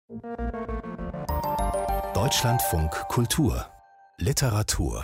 Deutschlandfunk Kultur Literatur.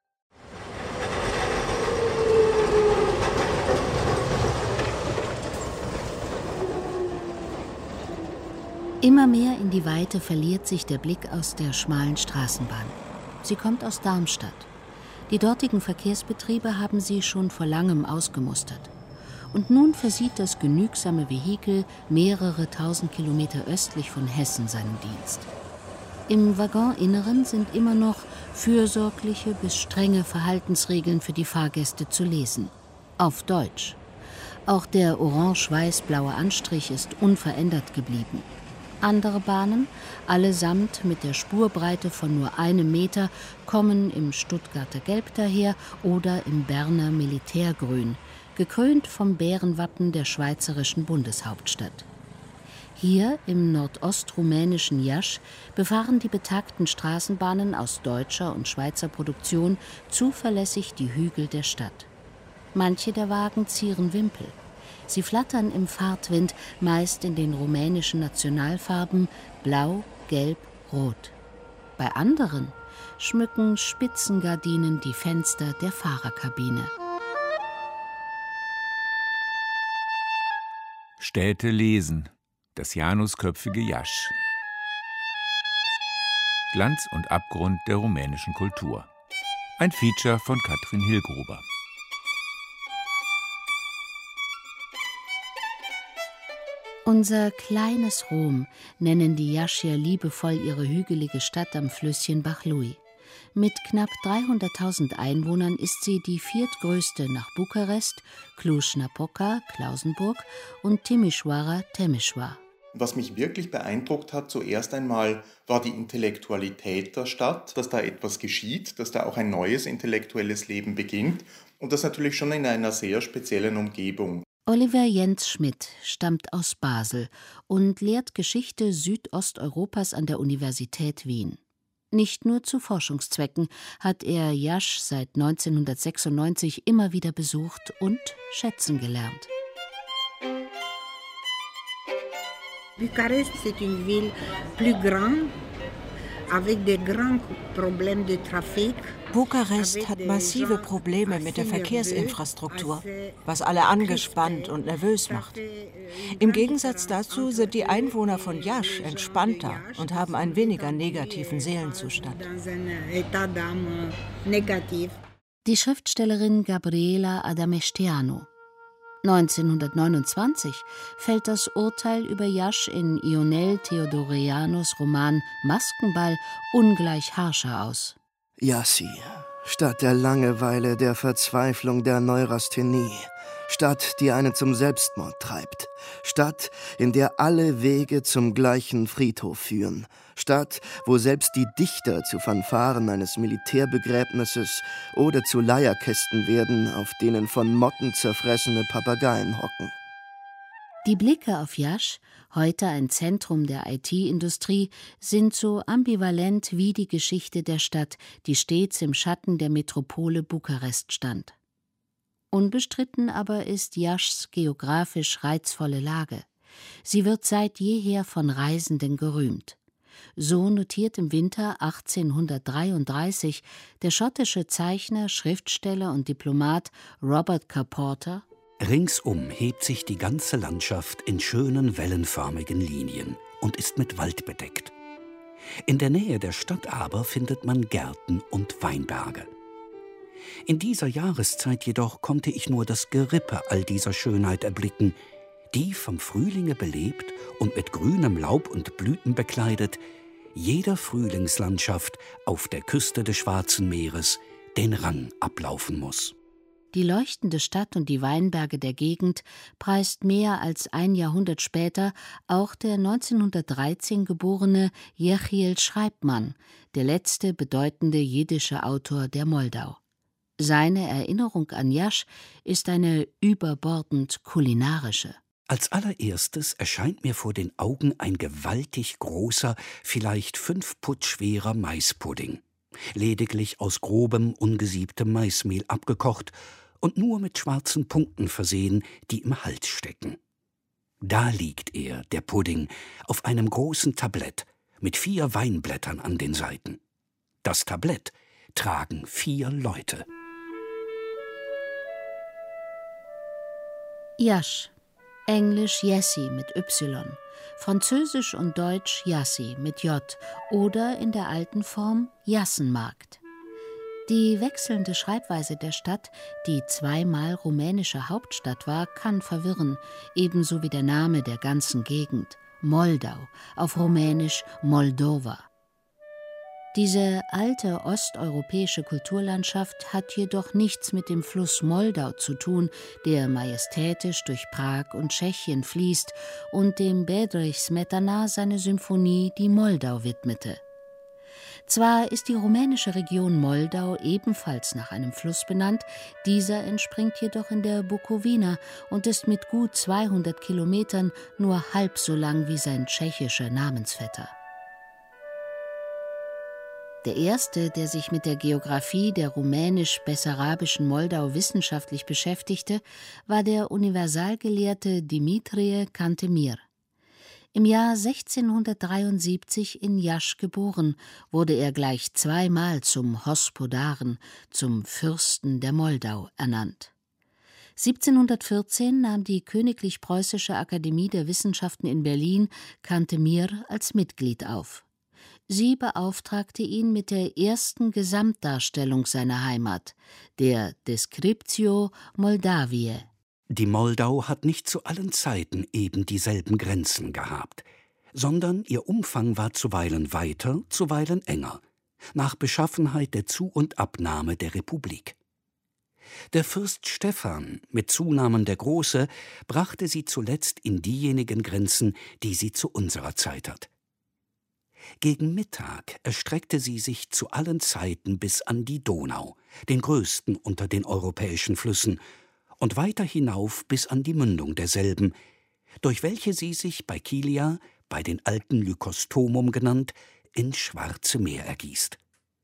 Immer mehr in die Weite verliert sich der Blick aus der schmalen Straßenbahn. Sie kommt aus Darmstadt. Die dortigen Verkehrsbetriebe haben sie schon vor langem ausgemustert. Und nun versieht das genügsame Vehikel mehrere tausend Kilometer östlich von Hessen seinen Dienst. Im Waggoninneren sind immer noch fürsorgliche bis strenge Verhaltensregeln für die Fahrgäste zu lesen. Auf Deutsch. Auch der orange-weiß-blaue Anstrich ist unverändert geblieben. Andere Bahnen, allesamt mit der Spurbreite von nur 1 Meter, kommen im Stuttgarter Gelb daher oder im Berner Militärgrün, gekrönt vom Bärenwappen der schweizerischen Bundeshauptstadt. Hier im nordostrumänischen Iași befahren die betagten Straßenbahnen aus deutscher und Schweizer Produktion zuverlässig die Hügel der Stadt. Manche der Wagen zieren Wimpel. Sie flattern im Fahrtwind, meist in den rumänischen Nationalfarben Blau, Gelb, Rot. Bei anderen schmücken Spitzengardinen die Fenster der Fahrerkabine. Städte lesen. Das janusköpfige Iași. Glanz und Abgrund der rumänischen Kultur. Ein Feature von Katrin Hillgruber. Unser kleines Rom nennen die Iașier liebevoll ihre hügelige Stadt am Flüsschen Vahlui. Mit knapp 300.000 Einwohnern ist sie die viertgrößte nach Bukarest, Cluj-Napoca, Klausenburg und Timișoara, Temișoara. Was mich wirklich beeindruckt hat, zuerst einmal war die Intellektualität der Stadt, dass da etwas geschieht, dass da auch ein neues intellektuelles Leben beginnt und das natürlich schon in einer sehr speziellen Umgebung. Oliver Jens Schmidt stammt aus Basel und lehrt Geschichte Südosteuropas an der Universität Wien. Nicht nur zu Forschungszwecken hat er Iași seit 1996 immer wieder besucht und schätzen gelernt. Bukarest ist une ville plus grande, avec des grands problèmes de trafic. Bukarest hat massive Probleme mit der Verkehrsinfrastruktur, was alle angespannt und nervös macht. Im Gegensatz dazu sind die Einwohner von Iași entspannter und haben einen weniger negativen Seelenzustand. Die Schriftstellerin Gabriela Adameșteanu. 1929 fällt das Urteil über Iași in Ionel Theodoreanus Roman Maskenball ungleich harscher aus. Iași, Stadt der Langeweile, der Verzweiflung, der Neurasthenie. Stadt, die einen zum Selbstmord treibt. Stadt, in der alle Wege zum gleichen Friedhof führen. Stadt, wo selbst die Dichter zu Fanfaren eines Militärbegräbnisses oder zu Leierkästen werden, auf denen von Motten zerfressene Papageien hocken. Die Blicke auf Iași, heute ein Zentrum der IT-Industrie, sind so ambivalent wie die Geschichte der Stadt, die stets im Schatten der Metropole Bukarest stand. Unbestritten aber ist Iașis geografisch reizvolle Lage. Sie wird seit jeher von Reisenden gerühmt. So notiert im Winter 1833 der schottische Zeichner, Schriftsteller und Diplomat Robert Porter: Ringsum hebt sich die ganze Landschaft in schönen wellenförmigen Linien und ist mit Wald bedeckt. In der Nähe der Stadt aber findet man Gärten und Weinberge. In dieser Jahreszeit jedoch konnte ich nur das Gerippe all dieser Schönheit erblicken, die vom Frühlinge belebt und mit grünem Laub und Blüten bekleidet, jeder Frühlingslandschaft auf der Küste des Schwarzen Meeres den Rang ablaufen muss. Die leuchtende Stadt und die Weinberge der Gegend preist mehr als ein Jahrhundert später auch der 1913 geborene Jechiel Schreibman, der letzte bedeutende jiddische Autor der Moldau. Seine Erinnerung an Iași ist eine überbordend kulinarische. Als allererstes erscheint mir vor den Augen ein gewaltig großer, vielleicht 5 Pud schwerer Maispudding, lediglich aus grobem, ungesiebtem Maismehl abgekocht und nur mit schwarzen Punkten versehen, die im Hals stecken. Da liegt er, der Pudding, auf einem großen Tablett mit 4 Weinblättern an den Seiten. Das Tablett tragen 4 Leute. Yasch, Englisch Jessie mit Y, Französisch und Deutsch Jassi mit J oder in der alten Form Jassenmarkt. Die wechselnde Schreibweise der Stadt, die zweimal rumänische Hauptstadt war, kann verwirren, ebenso wie der Name der ganzen Gegend, Moldau, auf Rumänisch Moldova. Diese alte osteuropäische Kulturlandschaft hat jedoch nichts mit dem Fluss Moldau zu tun, der majestätisch durch Prag und Tschechien fließt und dem Bedřich Smetana seine Symphonie Die Moldau widmete. Zwar ist die rumänische Region Moldau ebenfalls nach einem Fluss benannt, dieser entspringt jedoch in der Bukowina und ist mit gut 200 Kilometern nur halb so lang wie sein tschechischer Namensvetter. Der erste, der sich mit der Geographie der rumänisch-bessarabischen Moldau wissenschaftlich beschäftigte, war der Universalgelehrte Dimitrie Cantemir. Im Jahr 1673 in Iași geboren, wurde er gleich 2-mal zum Hospodaren, zum Fürsten der Moldau, ernannt. 1714 nahm die Königlich Preußische Akademie der Wissenschaften in Berlin Cantemir als Mitglied auf. Sie beauftragte ihn mit der ersten Gesamtdarstellung seiner Heimat, der Descriptio Moldaviae. Die Moldau hat nicht zu allen Zeiten eben dieselben Grenzen gehabt, sondern ihr Umfang war zuweilen weiter, zuweilen enger, nach Beschaffenheit der Zu- und Abnahme der Republik. Der Fürst Stephan, mit Zunamen der Große, brachte sie zuletzt in diejenigen Grenzen, die sie zu unserer Zeit hat. Gegen Mittag erstreckte sie sich zu allen Zeiten bis an die Donau, den größten unter den europäischen Flüssen, und weiter hinauf bis an die Mündung derselben, durch welche sie sich bei Kilia, bei den alten Lykostomum genannt, ins Schwarze Meer ergießt.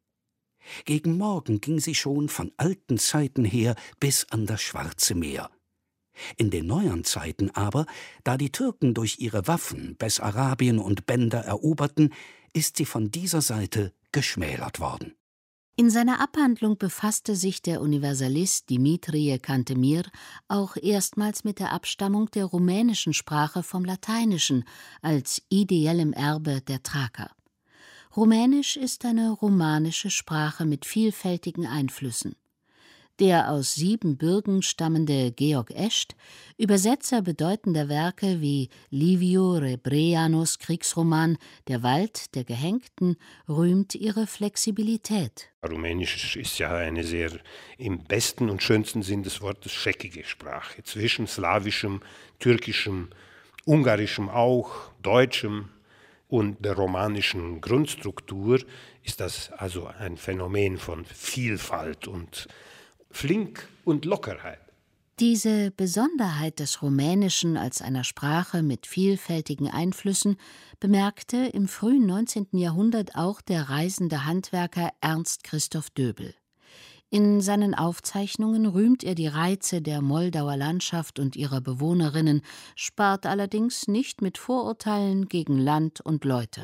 Gegen Morgen ging sie schon von alten Zeiten her bis an das Schwarze Meer. In den neuern Zeiten aber, da die Türken durch ihre Waffen Bessarabien und Bender eroberten, ist sie von dieser Seite geschmälert worden. In seiner Abhandlung befasste sich der Universalist Dimitrie Cantemir auch erstmals mit der Abstammung der rumänischen Sprache vom Lateinischen als ideellem Erbe der Thraker. Rumänisch ist eine romanische Sprache mit vielfältigen Einflüssen. Der aus Siebenbürgen stammende Georg Escht, Übersetzer bedeutender Werke wie Liviu Rebreanus Kriegsroman Der Wald der Gehängten, rühmt ihre Flexibilität. Rumänisch ist ja eine sehr, im besten und schönsten Sinn des Wortes, scheckige Sprache. Zwischen slawischem, türkischem, ungarischem auch, deutschem und der romanischen Grundstruktur ist das also ein Phänomen von Vielfalt und Flink und Lockerheit. Diese Besonderheit des Rumänischen als einer Sprache mit vielfältigen Einflüssen bemerkte im frühen 19. Jahrhundert auch der reisende Handwerker Ernst Christoph Döbel. In seinen Aufzeichnungen rühmt er die Reize der Moldauer Landschaft und ihrer Bewohnerinnen, spart allerdings nicht mit Vorurteilen gegen Land und Leute.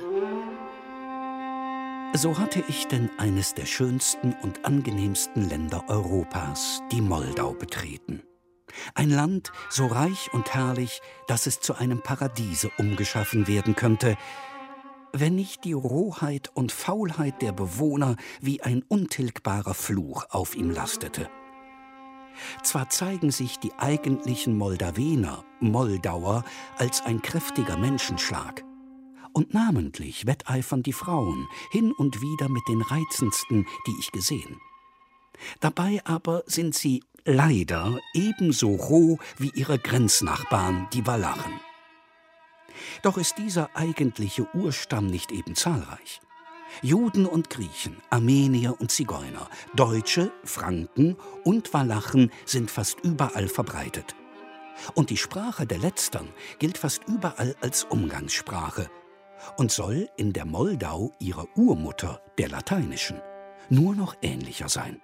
So hatte ich denn eines der schönsten und angenehmsten Länder Europas, die Moldau, betreten. Ein Land so reich und herrlich, dass es zu einem Paradiese umgeschaffen werden könnte, wenn nicht die Rohheit und Faulheit der Bewohner wie ein untilgbarer Fluch auf ihm lastete. Zwar zeigen sich die eigentlichen Moldawener, Moldauer, als ein kräftiger Menschenschlag, und namentlich wetteifern die Frauen hin und wieder mit den reizendsten, die ich gesehen. Dabei aber sind sie leider ebenso roh wie ihre Grenznachbarn, die Walachen. Doch ist dieser eigentliche Urstamm nicht eben zahlreich. Juden und Griechen, Armenier und Zigeuner, Deutsche, Franken und Walachen sind fast überall verbreitet. Und die Sprache der Letztern gilt fast überall als Umgangssprache und soll in der Moldau ihrer Urmutter, der lateinischen, nur noch ähnlicher sein.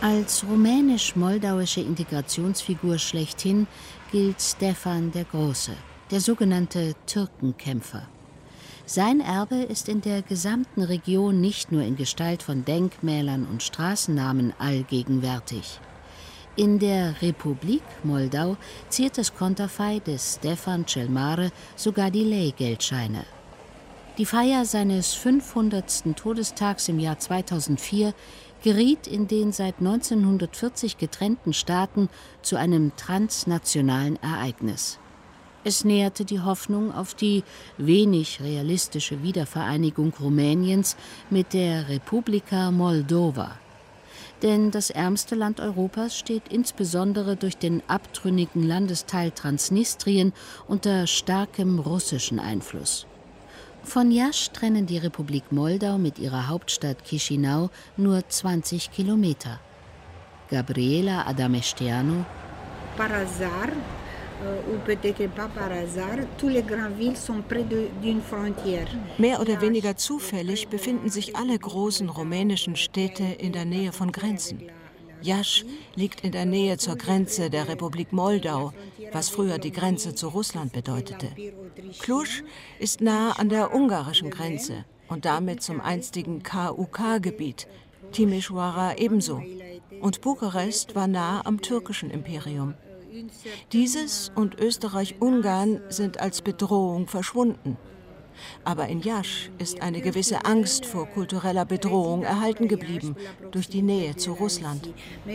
Als rumänisch-moldauische Integrationsfigur schlechthin gilt Stefan der Große, der sogenannte Türkenkämpfer. Sein Erbe ist in der gesamten Region nicht nur in Gestalt von Denkmälern und Straßennamen allgegenwärtig. In der Republik Moldau ziert das Konterfei des Stefan cel Mare sogar die Lei-Geldscheine. Die Feier seines 500. Todestags im Jahr 2004 geriet in den seit 1940 getrennten Staaten zu einem transnationalen Ereignis. Es näherte die Hoffnung auf die wenig realistische Wiedervereinigung Rumäniens mit der Republika Moldova. Denn das ärmste Land Europas steht insbesondere durch den abtrünnigen Landesteil Transnistrien unter starkem russischen Einfluss. Von Iași trennen die Republik Moldau mit ihrer Hauptstadt Chișinău nur 20 Kilometer. Gabriela Adameșteanu. Par hasard, ou peut-être pas par hasard, tous les grandes villes sont près d'une frontière. Mehr oder weniger zufällig befinden sich alle großen rumänischen Städte in der Nähe von Grenzen. Iași liegt in der Nähe zur Grenze der Republik Moldau, was früher die Grenze zu Russland bedeutete. Cluj ist nahe an der ungarischen Grenze und damit zum einstigen KUK-Gebiet, Timișoara ebenso. Und Bukarest war nahe am türkischen Imperium. Dieses und Österreich-Ungarn sind als Bedrohung verschwunden. Aber in Iași ist eine gewisse Angst vor kultureller Bedrohung erhalten geblieben durch die Nähe zu Russland.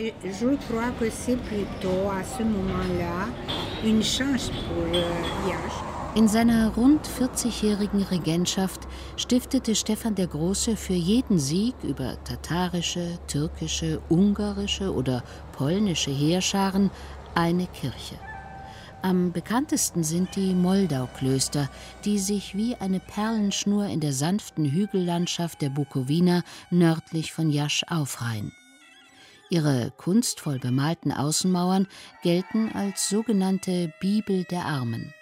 In seiner rund 40-jährigen Regentschaft stiftete Stefan der Große für jeden Sieg über tatarische, türkische, ungarische oder polnische Heerscharen eine Kirche. Am bekanntesten sind die Moldauklöster, die sich wie eine Perlenschnur in der sanften Hügellandschaft der Bukowina nördlich von Iași aufreihen. Ihre kunstvoll bemalten Außenmauern gelten als sogenannte Bibel der Armen.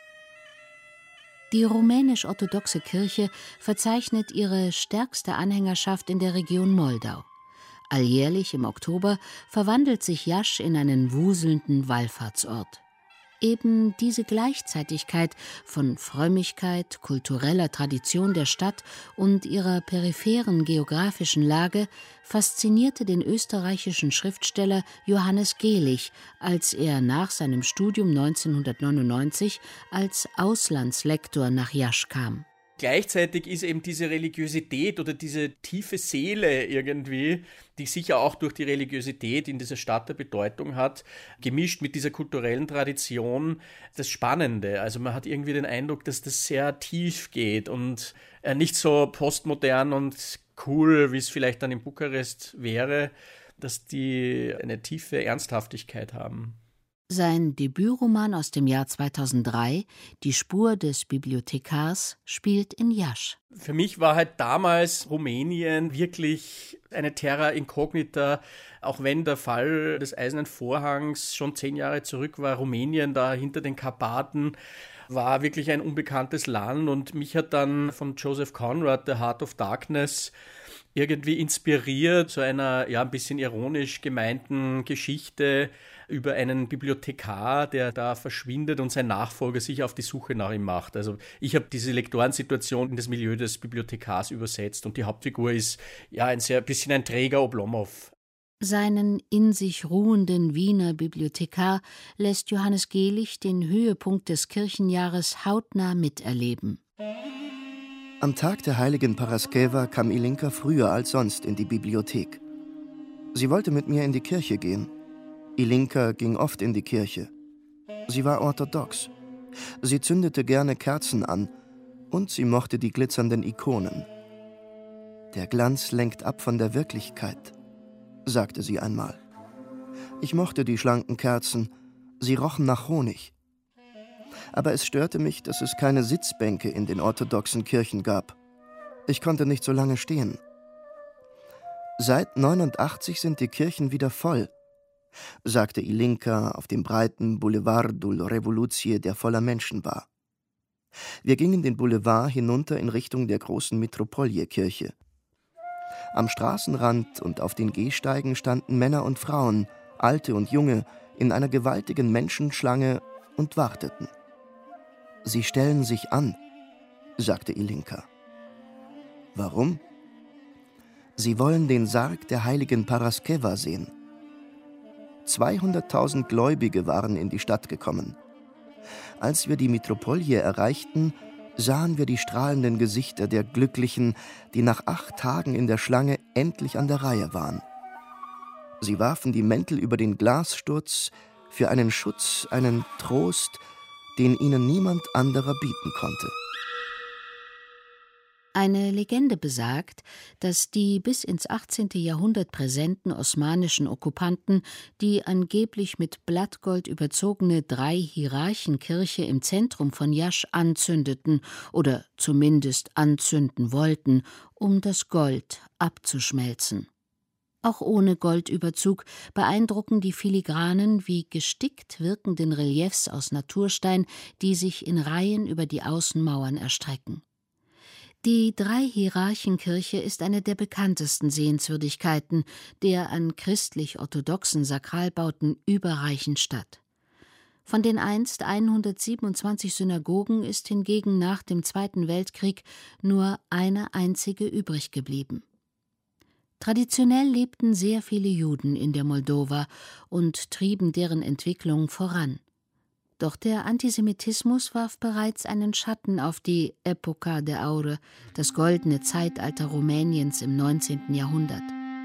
Die rumänisch-orthodoxe Kirche verzeichnet ihre stärkste Anhängerschaft in der Region Moldau. Alljährlich im Oktober verwandelt sich Iași in einen wuselnden Wallfahrtsort. Eben diese Gleichzeitigkeit von Frömmigkeit, kultureller Tradition der Stadt und ihrer peripheren geografischen Lage faszinierte den österreichischen Schriftsteller Johannes Gehlich, als er nach seinem Studium 1999 als Auslandslektor nach Iași kam. Gleichzeitig ist eben diese Religiosität oder diese tiefe Seele irgendwie, die sicher auch durch die Religiosität in dieser Stadt eine Bedeutung hat, gemischt mit dieser kulturellen Tradition, das Spannende. Also man hat irgendwie den Eindruck, dass das sehr tief geht und nicht so postmodern und cool, wie es vielleicht dann in Bukarest wäre, dass die eine tiefe Ernsthaftigkeit haben. Sein Debütroman aus dem Jahr 2003, Die Spur des Bibliothekars, spielt in Iași. Für mich war halt damals Rumänien wirklich eine Terra incognita, auch wenn der Fall des Eisernen Vorhangs schon 10 Jahre zurück war. Rumänien da hinter den Karpaten war wirklich ein unbekanntes Land und mich hat dann von Joseph Conrad, The Heart of Darkness, irgendwie inspiriert zu einer ein bisschen ironisch gemeinten Geschichte über einen Bibliothekar, der da verschwindet und sein Nachfolger sich auf die Suche nach ihm macht. Also ich habe diese Lektorensituation in das Milieu des Bibliothekars übersetzt und die Hauptfigur ist ein bisschen ein träger Oblomov. Seinen in sich ruhenden Wiener Bibliothekar lässt Johannes Gehlich den Höhepunkt des Kirchenjahres hautnah miterleben. Am Tag der heiligen Paraskeva kam Ilinka früher als sonst in die Bibliothek. Sie wollte mit mir in die Kirche gehen. Ilinka ging oft in die Kirche. Sie war orthodox. Sie zündete gerne Kerzen an und sie mochte die glitzernden Ikonen. Der Glanz lenkt ab von der Wirklichkeit, sagte sie einmal. Ich mochte die schlanken Kerzen, sie rochen nach Honig. Aber es störte mich, dass es keine Sitzbänke in den orthodoxen Kirchen gab. Ich konnte nicht so lange stehen. Seit 89 sind die Kirchen wieder voll, sagte Ilinka auf dem breiten Bulevardul Revoluție, der voller Menschen war. Wir gingen den Boulevard hinunter in Richtung der großen Mitropolie-Kirche. Am Straßenrand und auf den Gehsteigen standen Männer und Frauen, Alte und Junge, in einer gewaltigen Menschenschlange und warteten. »Sie stellen sich an«, sagte Ilinka. »Warum?« »Sie wollen den Sarg der heiligen Paraskeva sehen.« 200.000 Gläubige waren in die Stadt gekommen. Als wir die Mitropolje erreichten, sahen wir die strahlenden Gesichter der Glücklichen, die nach 8 Tagen in der Schlange endlich an der Reihe waren. Sie warfen die Mäntel über den Glassturz für einen Schutz, einen Trost, den ihnen niemand anderer bieten konnte. Eine Legende besagt, dass die bis ins 18. Jahrhundert präsenten osmanischen Okkupanten die angeblich mit Blattgold überzogene Drei-Hierarchen-Kirche im Zentrum von Iași anzündeten oder zumindest anzünden wollten, um das Gold abzuschmelzen. Auch ohne Goldüberzug beeindrucken die filigranen, wie gestickt wirkenden Reliefs aus Naturstein, die sich in Reihen über die Außenmauern erstrecken. Die Drei-Hierarchen-Kirche ist eine der bekanntesten Sehenswürdigkeiten der an christlich-orthodoxen Sakralbauten überreichen Stadt. Von den einst 127 Synagogen ist hingegen nach dem Zweiten Weltkrieg nur eine einzige übrig geblieben. Traditionell lebten sehr viele Juden in der Moldova und trieben deren Entwicklung voran. Doch der Antisemitismus warf bereits einen Schatten auf die Epoca de Aure, das goldene Zeitalter Rumäniens im 19. Jahrhundert.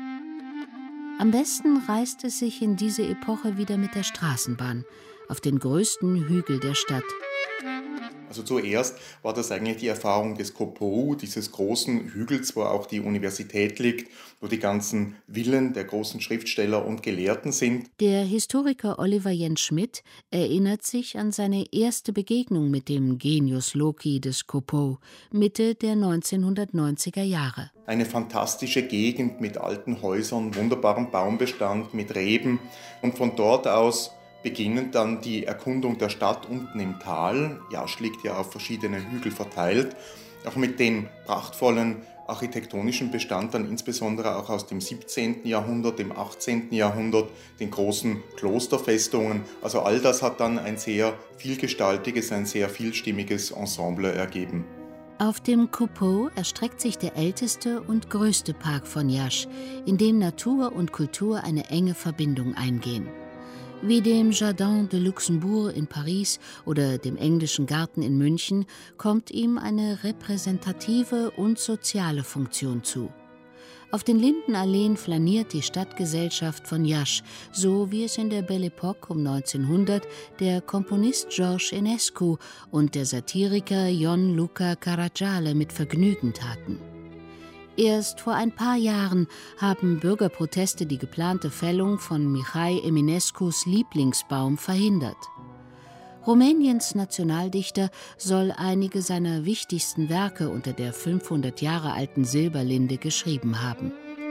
Am besten reist es sich in diese Epoche wieder mit der Straßenbahn, auf den größten Hügel der Stadt. Also zuerst war das eigentlich die Erfahrung des Kopou, dieses großen Hügels, wo auch die Universität liegt, wo die ganzen Villen der großen Schriftsteller und Gelehrten sind. Der Historiker Oliver Jens Schmidt erinnert sich an seine erste Begegnung mit dem Genius Loci des Kopou, Mitte der 1990er Jahre. Eine fantastische Gegend mit alten Häusern, wunderbarem Baumbestand, mit Reben, und von dort aus beginnend dann die Erkundung der Stadt unten im Tal. Iași liegt ja auf verschiedene Hügel verteilt, auch mit den prachtvollen architektonischen Bestand, dann insbesondere auch aus dem 17. Jahrhundert, dem 18. Jahrhundert, den großen Klosterfestungen. Also all das hat dann ein sehr vielgestaltiges, ein sehr vielstimmiges Ensemble ergeben. Auf dem Kopou erstreckt sich der älteste und größte Park von Iași, in dem Natur und Kultur eine enge Verbindung eingehen. Wie dem Jardin de Luxembourg in Paris oder dem Englischen Garten in München kommt ihm eine repräsentative und soziale Funktion zu. Auf den Lindenalleen flaniert die Stadtgesellschaft von Iași, so wie es in der Belle Époque um 1900 der Komponist George Enescu und der Satiriker Ion Luca Caragiale mit Vergnügen taten. Erst vor ein paar Jahren haben Bürgerproteste die geplante Fällung von Mihai Eminescus Lieblingsbaum verhindert. Rumäniens Nationaldichter soll einige seiner wichtigsten Werke unter der 500 Jahre alten Silberlinde geschrieben haben.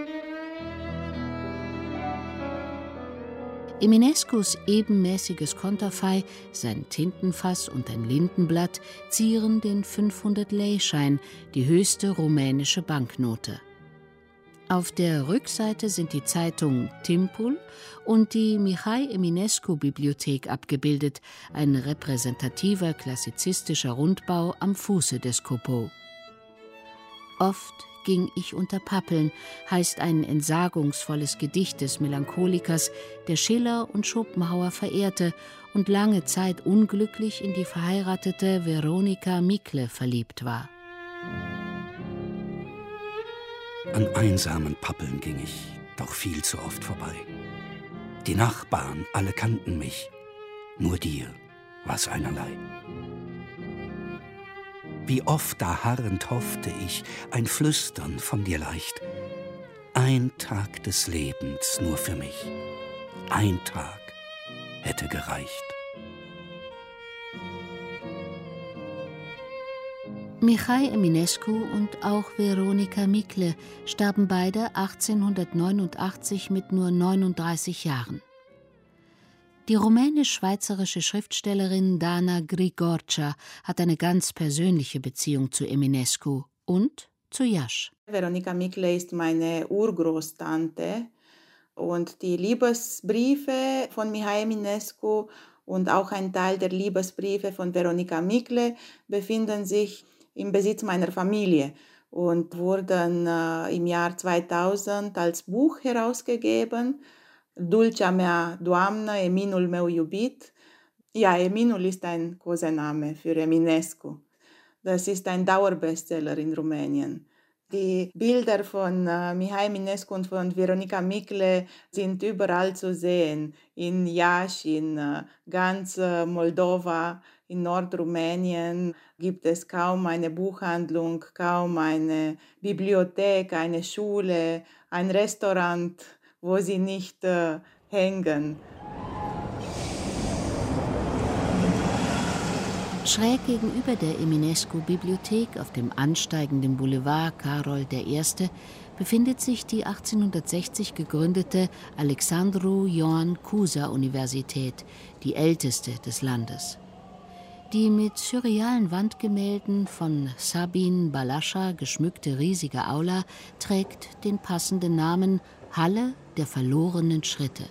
Eminescus ebenmäßiges Konterfei, sein Tintenfass und ein Lindenblatt zieren den 500-Lei-Schein, die höchste rumänische Banknote. Auf der Rückseite sind die Zeitung Timpul und die Mihai Eminescu-Bibliothek abgebildet, ein repräsentativer klassizistischer Rundbau am Fuße des Kopou. Oft ging ich unter Pappeln, heißt ein entsagungsvolles Gedicht des Melancholikers, der Schiller und Schopenhauer verehrte und lange Zeit unglücklich in die verheiratete Veronika Mikle verliebt war. An einsamen Pappeln ging ich doch viel zu oft vorbei. Die Nachbarn alle kannten mich, nur dir war's einerlei. Wie oft da harrend hoffte ich, ein Flüstern von dir leicht. Ein Tag des Lebens nur für mich, ein Tag hätte gereicht. Mihai Eminescu und auch Veronika Mikle starben beide 1889 mit nur 39 Jahren. Die rumänisch-schweizerische Schriftstellerin Dana Grigorcea hat eine ganz persönliche Beziehung zu Eminescu und zu Iași. Veronika Mikle ist meine Urgroßtante und die Liebesbriefe von Mihai Eminescu und auch ein Teil der Liebesbriefe von Veronika Mikle befinden sich im Besitz meiner Familie und wurden im Jahr 2000 als Buch herausgegeben. Dulcea mea doamnă, Eminul meu iubit. Ja, Eminul ist ein Kosename für Eminescu. Das ist ein Dauerbestseller in Rumänien. Die Bilder von Mihai Eminescu und von Veronika Mikle sind überall zu sehen. In Iași, in ganz Moldova, in Nordrumänien gibt es kaum eine Buchhandlung, kaum eine Bibliothek, eine Schule, ein Restaurant, wo sie nicht hängen. Schräg gegenüber der Eminescu-Bibliothek auf dem ansteigenden Boulevard Carol I. befindet sich die 1860 gegründete Alexandru Ioan Cuza-Universität, die älteste des Landes. Die mit surrealen Wandgemälden von Sabin Balascha geschmückte riesige Aula trägt den passenden Namen Halle der verlorenen Schritte.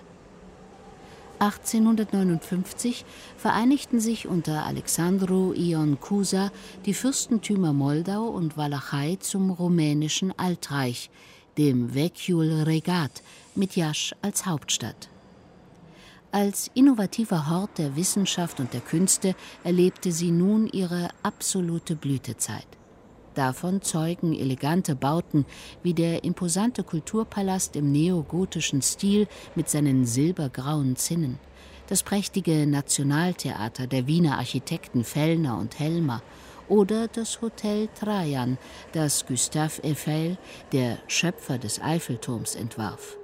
1859 vereinigten sich unter Alexandru Ioan Cuza die Fürstentümer Moldau und Walachei zum rumänischen Altreich, dem Vechiul Regat, mit Iași als Hauptstadt. Als innovativer Hort der Wissenschaft und der Künste erlebte sie nun ihre absolute Blütezeit. Davon zeugen elegante Bauten wie der imposante Kulturpalast im neogotischen Stil mit seinen silbergrauen Zinnen, das prächtige Nationaltheater der Wiener Architekten Fellner und Helmer oder das Hotel Trajan, das Gustave Eiffel, der Schöpfer des Eiffelturms, entwarf.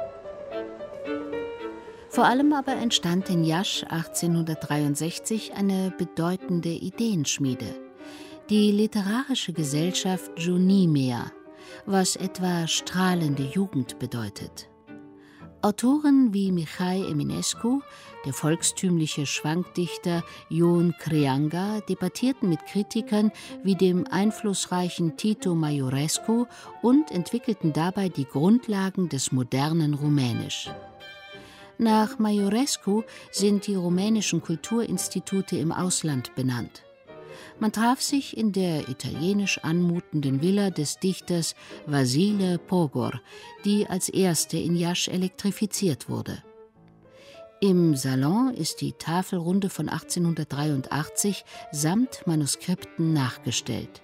Vor allem aber entstand in Iași 1863 eine bedeutende Ideenschmiede, die literarische Gesellschaft Junimea, was etwa strahlende Jugend bedeutet. Autoren wie Mihai Eminescu, der volkstümliche Schwankdichter Ion Creanga debattierten mit Kritikern wie dem einflussreichen Tito Maiorescu und entwickelten dabei die Grundlagen des modernen Rumänisch. Nach Maiorescu sind die rumänischen Kulturinstitute im Ausland benannt. Man traf sich in der italienisch anmutenden Villa des Dichters Vasile Pogor, die als erste in Iași elektrifiziert wurde. Im Salon ist die Tafelrunde von 1883 samt Manuskripten nachgestellt.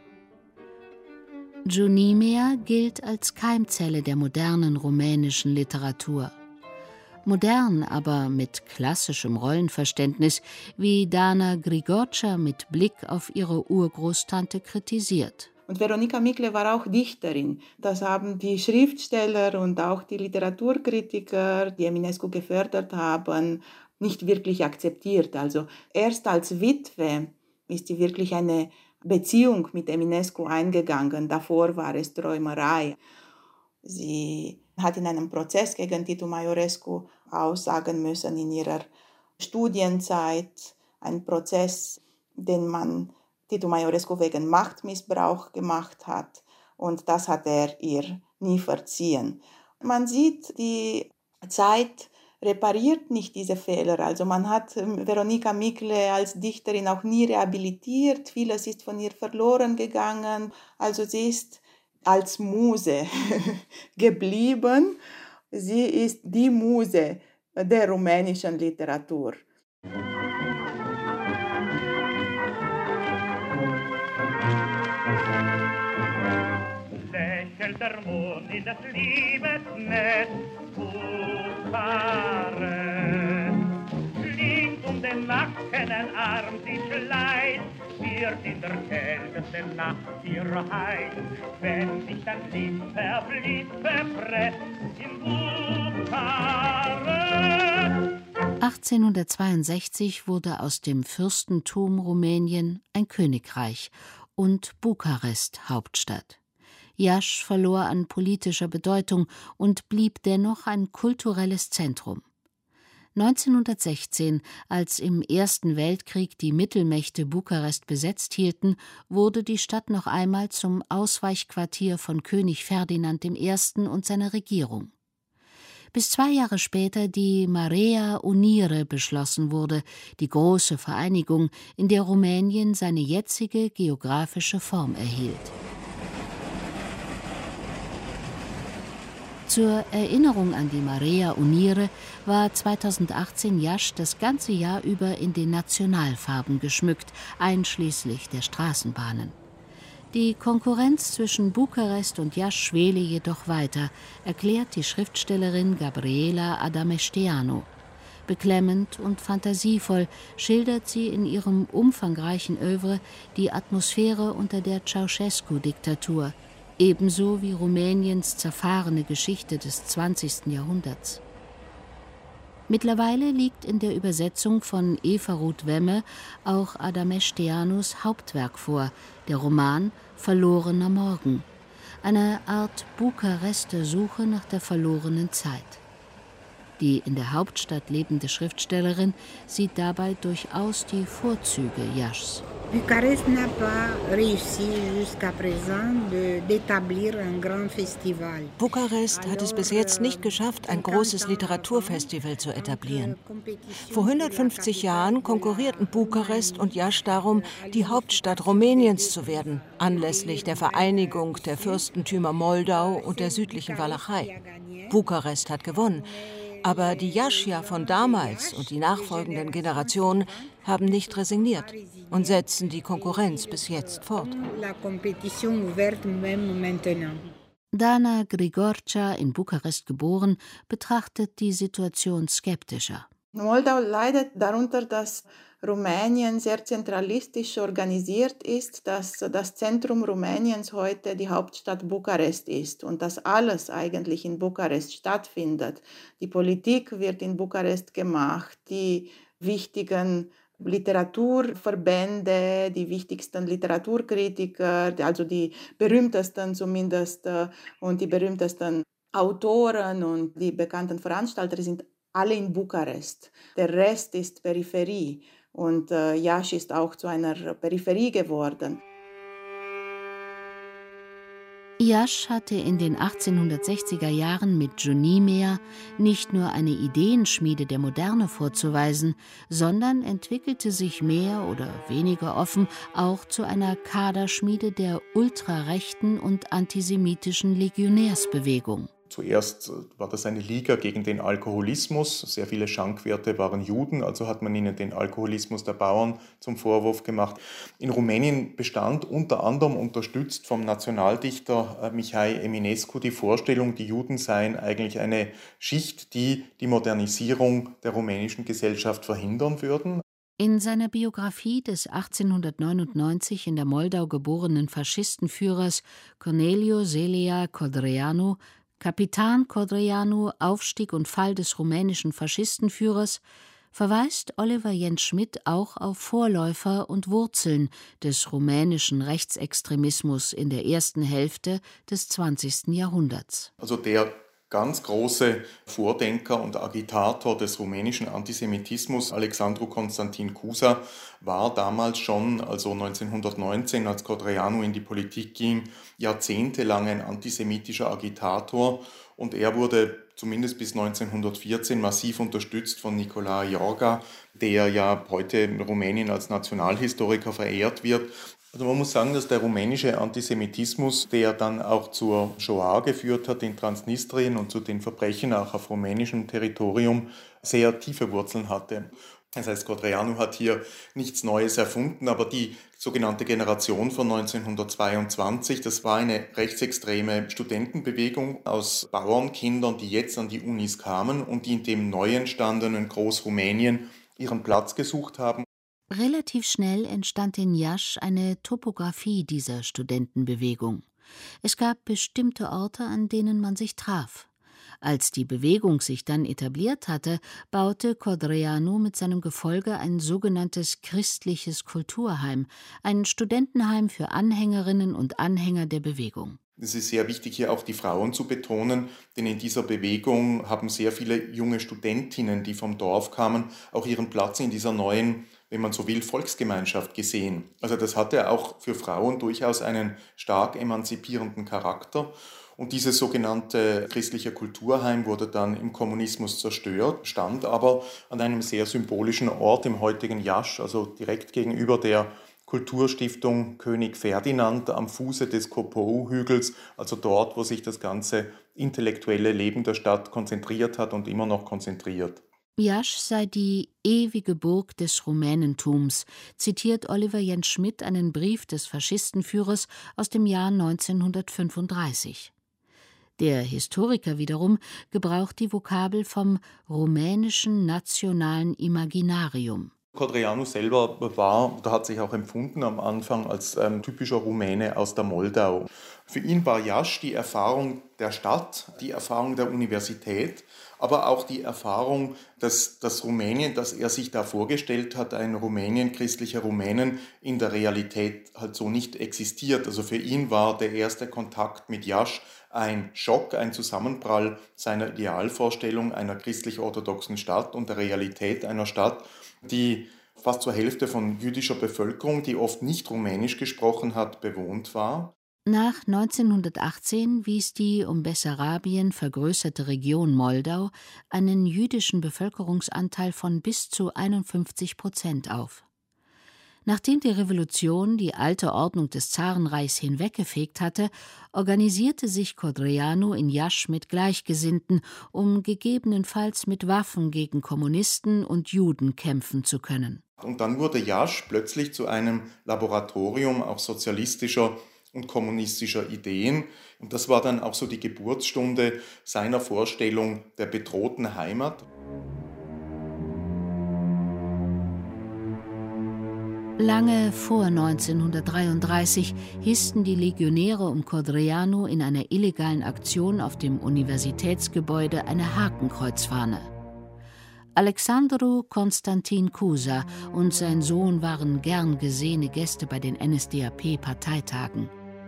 Junimea gilt als Keimzelle der modernen rumänischen Literatur. Modern, aber mit klassischem Rollenverständnis, wie Dana Grigorcea mit Blick auf ihre Urgroßtante kritisiert. Und Veronika Mikle war auch Dichterin. Das haben die Schriftsteller und auch die Literaturkritiker, die Eminescu gefördert haben, nicht wirklich akzeptiert. Also erst als Witwe ist sie wirklich eine Beziehung mit Eminescu eingegangen. Davor war es Träumerei. Sie hat in einem Prozess gegen Tito Maiorescu aussagen müssen in ihrer Studienzeit. Ein Prozess, den man Tito Maiorescu wegen Machtmissbrauch gemacht hat. Und das hat er ihr nie verziehen. Man sieht, die Zeit repariert nicht diese Fehler. Also man hat Veronika Mikle als Dichterin auch nie rehabilitiert. Vieles ist von ihr verloren gegangen. Also sie ist als Muse geblieben. Sie ist die Muse der rumänischen Literatur. Lächelt der Mond in des Liebesnetz, Bukarest. Klingt den nackenen Arm sich leid, wird in der kältesten Nacht ihr heiß, wenn sich dein Lied verpresst in Bukarest. 1862 wurde aus dem Fürstentum Rumänien ein Königreich und Bukarest Hauptstadt. Iași verlor an politischer Bedeutung und blieb dennoch ein kulturelles Zentrum. 1916, als im Ersten Weltkrieg die Mittelmächte Bukarest besetzt hielten, wurde die Stadt noch einmal zum Ausweichquartier von König Ferdinand I. und seiner Regierung. Bis 2 Jahre später die Marea Unire beschlossen wurde, die große Vereinigung, in der Rumänien seine jetzige geografische Form erhielt. Zur Erinnerung an die Marea Unire war 2018 Iași das ganze Jahr über in den Nationalfarben geschmückt, einschließlich der Straßenbahnen. Die Konkurrenz zwischen Bukarest und Iași schwele jedoch weiter, erklärt die Schriftstellerin Gabriela Adamesteanu. Beklemmend und fantasievoll schildert sie in ihrem umfangreichen Œuvre die Atmosphäre unter der Ceausescu-Diktatur, ebenso wie Rumäniens zerfahrene Geschichte des 20. Jahrhunderts. Mittlerweile liegt in der Übersetzung von Eva Ruth Wemme auch Adamesteanus Hauptwerk vor, der Roman »Verlorener Morgen«, eine Art Bukarester Suche nach der verlorenen Zeit. Die in der Hauptstadt lebende Schriftstellerin sieht dabei durchaus die Vorzüge Iașis. Bukarest n'a pas réussi jusqu'à présent d'établir un grand festival. Bukarest hat es bis jetzt nicht geschafft, ein großes Literaturfestival zu etablieren. Vor 150 Jahren konkurrierten Bukarest und Iași darum, die Hauptstadt Rumäniens zu werden, anlässlich der Vereinigung der Fürstentümer Moldau und der südlichen Walachei. Bukarest hat gewonnen. Aber die Iașier von damals und die nachfolgenden Generationen haben nicht resigniert und setzen die Konkurrenz bis jetzt fort. Dana Grigorca, in Bukarest geboren, betrachtet die Situation skeptischer. Moldau leidet darunter, dass Rumänien sehr zentralistisch organisiert ist, dass das Zentrum Rumäniens heute die Hauptstadt Bukarest ist und dass alles eigentlich in Bukarest stattfindet. Die Politik wird in Bukarest gemacht, die wichtigen Literaturverbände, die wichtigsten Literaturkritiker, also die berühmtesten zumindest und die berühmtesten Autoren und die bekannten Veranstalter sind alle in Bukarest. Der Rest ist Peripherie. Und Iași ist auch zu einer Peripherie geworden. Iași hatte in den 1860er Jahren mit Junimea nicht nur eine Ideenschmiede der Moderne vorzuweisen, sondern entwickelte sich mehr oder weniger offen auch zu einer Kaderschmiede der ultrarechten und antisemitischen Legionärsbewegung. Zuerst war das eine Liga gegen den Alkoholismus. Sehr viele Schankwirte waren Juden, also hat man ihnen den Alkoholismus der Bauern zum Vorwurf gemacht. In Rumänien bestand unter anderem, unterstützt vom Nationaldichter Mihai Eminescu, die Vorstellung, die Juden seien eigentlich eine Schicht, die die Modernisierung der rumänischen Gesellschaft verhindern würden. In seiner Biografie des 1899 in der Moldau geborenen Faschistenführers Corneliu Zelea Codreanu, Kapitan Codreanu, Aufstieg und Fall des rumänischen Faschistenführers, verweist Oliver Jens Schmidt auch auf Vorläufer und Wurzeln des rumänischen Rechtsextremismus in der ersten Hälfte des 20. Jahrhunderts. Also der ganz große Vordenker und Agitator des rumänischen Antisemitismus, Alexandru Constantin Cuza, war damals schon, also 1919, als Codreanu in die Politik ging, jahrzehntelang ein antisemitischer Agitator und er wurde zumindest bis 1914 massiv unterstützt von Nicolae Iorga, der ja heute in Rumänien als Nationalhistoriker verehrt wird. Also man muss sagen, dass der rumänische Antisemitismus, der dann auch zur Shoah geführt hat in Transnistrien und zu den Verbrechen auch auf rumänischem Territorium, sehr tiefe Wurzeln hatte. Das heißt, Codreanu hat hier nichts Neues erfunden, aber die sogenannte Generation von 1922, das war eine rechtsextreme Studentenbewegung aus Bauernkindern, die jetzt an die Unis kamen und die in dem neu entstandenen Großrumänien ihren Platz gesucht haben. Relativ schnell entstand in Iași eine Topographie dieser Studentenbewegung. Es gab bestimmte Orte, an denen man sich traf. Als die Bewegung sich dann etabliert hatte, baute Codreanu mit seinem Gefolge ein sogenanntes christliches Kulturheim, ein Studentenheim für Anhängerinnen und Anhänger der Bewegung. Es ist sehr wichtig, hier auch die Frauen zu betonen, denn in dieser Bewegung haben sehr viele junge Studentinnen, die vom Dorf kamen, auch ihren Platz in dieser neuen, wenn man so will, Volksgemeinschaft gesehen. Also das hatte auch für Frauen durchaus einen stark emanzipierenden Charakter. Und dieses sogenannte christliche Kulturheim wurde dann im Kommunismus zerstört, stand aber an einem sehr symbolischen Ort im heutigen Iași, also direkt gegenüber der Kulturstiftung König Ferdinand am Fuße des Copou-Hügels, also dort, wo sich das ganze intellektuelle Leben der Stadt konzentriert hat und immer noch konzentriert. Iași sei die ewige Burg des Rumänentums, zitiert Oliver Jens Schmidt einen Brief des Faschistenführers aus dem Jahr 1935. Der Historiker wiederum gebraucht die Vokabel vom rumänischen nationalen Imaginarium. Codreanu selber hat sich auch empfunden am Anfang als typischer Rumäne aus der Moldau. Für ihn war Iași die Erfahrung der Stadt, die Erfahrung der Universität, aber auch die Erfahrung, dass das Rumänien, das er sich da vorgestellt hat, ein Rumänien christlicher Rumänen, in der Realität halt so nicht existiert. Also für ihn war der erste Kontakt mit Iași ein Schock, ein Zusammenprall seiner Idealvorstellung einer christlich-orthodoxen Stadt und der Realität einer Stadt, die fast zur Hälfte von jüdischer Bevölkerung, die oft nicht Rumänisch gesprochen hat, bewohnt war. Nach 1918 wies die um Bessarabien vergrößerte Region Moldau einen jüdischen Bevölkerungsanteil von bis zu 51% auf. Nachdem die Revolution die alte Ordnung des Zarenreichs hinweggefegt hatte, organisierte sich Codreanu in Iași mit Gleichgesinnten, um gegebenenfalls mit Waffen gegen Kommunisten und Juden kämpfen zu können. Und dann wurde Iași plötzlich zu einem Laboratorium auch sozialistischer und kommunistischer Ideen. Und das war dann auch so die Geburtsstunde seiner Vorstellung der bedrohten Heimat. Lange vor 1933 hissten die Legionäre um Codreanu in einer illegalen Aktion auf dem Universitätsgebäude eine Hakenkreuzfahne. Alexandru Constantin Cuza und sein Sohn waren gern gesehene Gäste bei den NSDAP-Parteitagen.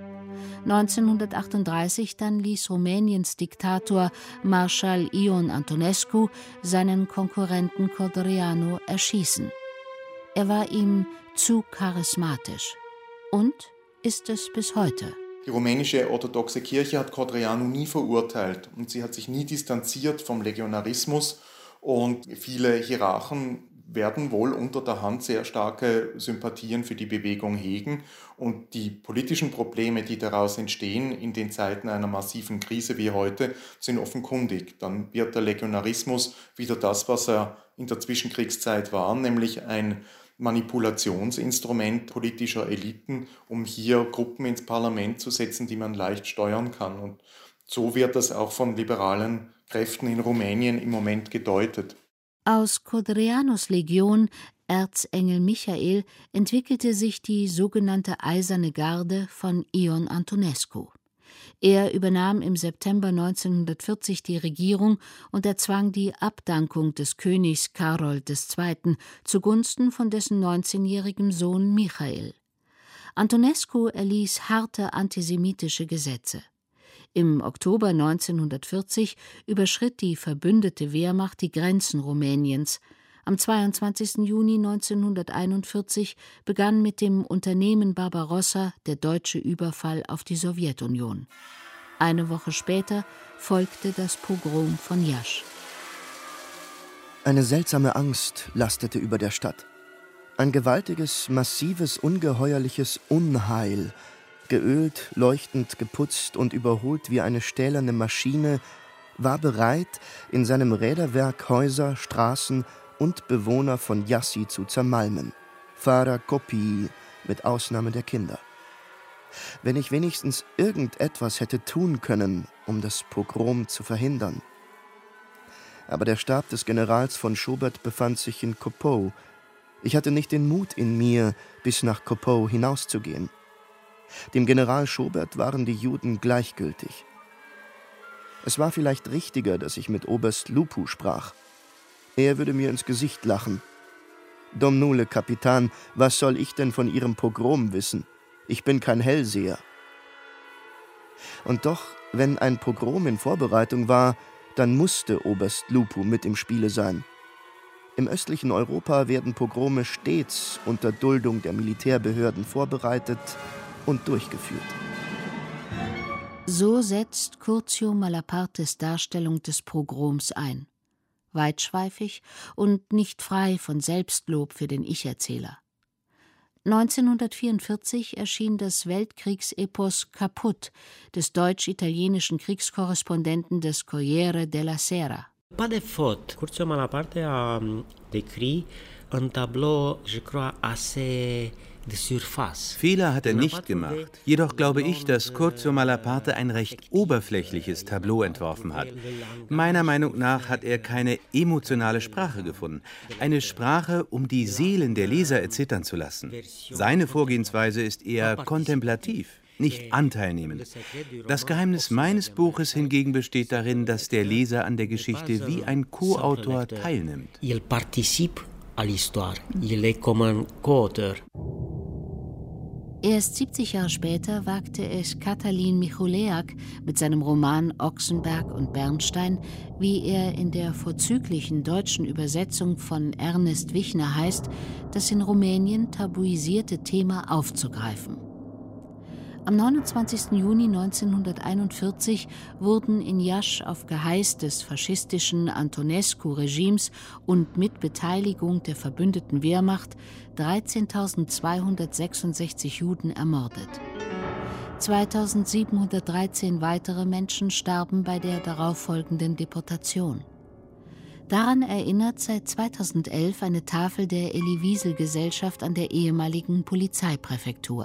1938 dann ließ Rumäniens Diktator Marschall Ion Antonescu seinen Konkurrenten Codreanu erschießen. Er war ihm zu charismatisch und ist es bis heute. Die rumänische orthodoxe Kirche hat Codreanu nie verurteilt und sie hat sich nie distanziert vom Legionarismus und viele Hierarchen werden wohl unter der Hand sehr starke Sympathien für die Bewegung hegen und die politischen Probleme, die daraus entstehen in den Zeiten einer massiven Krise wie heute, sind offenkundig. Dann wird der Legionarismus wieder das, was er in der Zwischenkriegszeit war, nämlich ein Manipulationsinstrument politischer Eliten, um hier Gruppen ins Parlament zu setzen, die man leicht steuern kann. Und so wird das auch von liberalen Kräften in Rumänien im Moment gedeutet. Aus Codreanus Legion, Erzengel Michael, entwickelte sich die sogenannte Eiserne Garde von Ion Antonescu. Er übernahm im September 1940 die Regierung und erzwang die Abdankung des Königs Karol II. Zugunsten von dessen 19-jährigem Sohn Michael. Antonescu erließ harte antisemitische Gesetze. Im Oktober 1940 überschritt die verbündete Wehrmacht die Grenzen Rumäniens. Am 22. Juni 1941 begann mit dem Unternehmen Barbarossa der deutsche Überfall auf die Sowjetunion. Eine Woche später folgte das Pogrom von Iași. Eine seltsame Angst lastete über der Stadt. Ein gewaltiges, massives, ungeheuerliches Unheil, geölt, leuchtend, geputzt und überholt wie eine stählerne Maschine, war bereit, in seinem Räderwerk Häuser, Straßen und Bewohner von Iași zu zermalmen. Fără copii, mit Ausnahme der Kinder. Wenn ich wenigstens irgendetwas hätte tun können, um das Pogrom zu verhindern. Aber der Stab des Generals von Schobert befand sich in Copou. Ich hatte nicht den Mut in mir, bis nach Copou hinauszugehen. Dem General Schobert waren die Juden gleichgültig. Es war vielleicht richtiger, dass ich mit Oberst Lupu sprach. Er würde mir ins Gesicht lachen. »Domnule Kapitan, was soll ich denn von Ihrem Pogrom wissen? Ich bin kein Hellseher.« Und doch, wenn ein Pogrom in Vorbereitung war, dann musste Oberst Lupu mit im Spiele sein. Im östlichen Europa werden Pogrome stets unter Duldung der Militärbehörden vorbereitet und durchgeführt. So setzt Curzio Malapartes Darstellung des Pogroms ein. Weitschweifig und nicht frei von Selbstlob für den Ich-Erzähler. 1944 erschien das Weltkriegsepos Kaputt des deutsch-italienischen Kriegskorrespondenten des Corriere della Sera. Pas de faute. Curzio Malaparte a décrit un tableau, je crois, assez de surface. Fehler hat er nicht gemacht. Jedoch glaube ich, dass Curzio Malaparte ein recht oberflächliches Tableau entworfen hat. Meiner Meinung nach hat er keine emotionale Sprache gefunden. Eine Sprache, um die Seelen der Leser erzittern zu lassen. Seine Vorgehensweise ist eher kontemplativ, nicht anteilnehmend. Das Geheimnis meines Buches hingegen besteht darin, dass der Leser an der Geschichte wie ein Co-Autor teilnimmt. Il participe à l'histoire. Il est comme un co-auteur. Erst 70 Jahre später wagte es Katalin Michuleak mit seinem Roman Ochsenberg und Bernstein, wie er in der vorzüglichen deutschen Übersetzung von Ernest Wichner heißt, das in Rumänien tabuisierte Thema aufzugreifen. Am 29. Juni 1941 wurden in Iași auf Geheiß des faschistischen Antonescu-Regimes und mit Beteiligung der verbündeten Wehrmacht 13.266 Juden ermordet. 2.713 weitere Menschen starben bei der darauffolgenden Deportation. Daran erinnert seit 2011 eine Tafel der Elie-Wiesel-Gesellschaft an der ehemaligen Polizeipräfektur.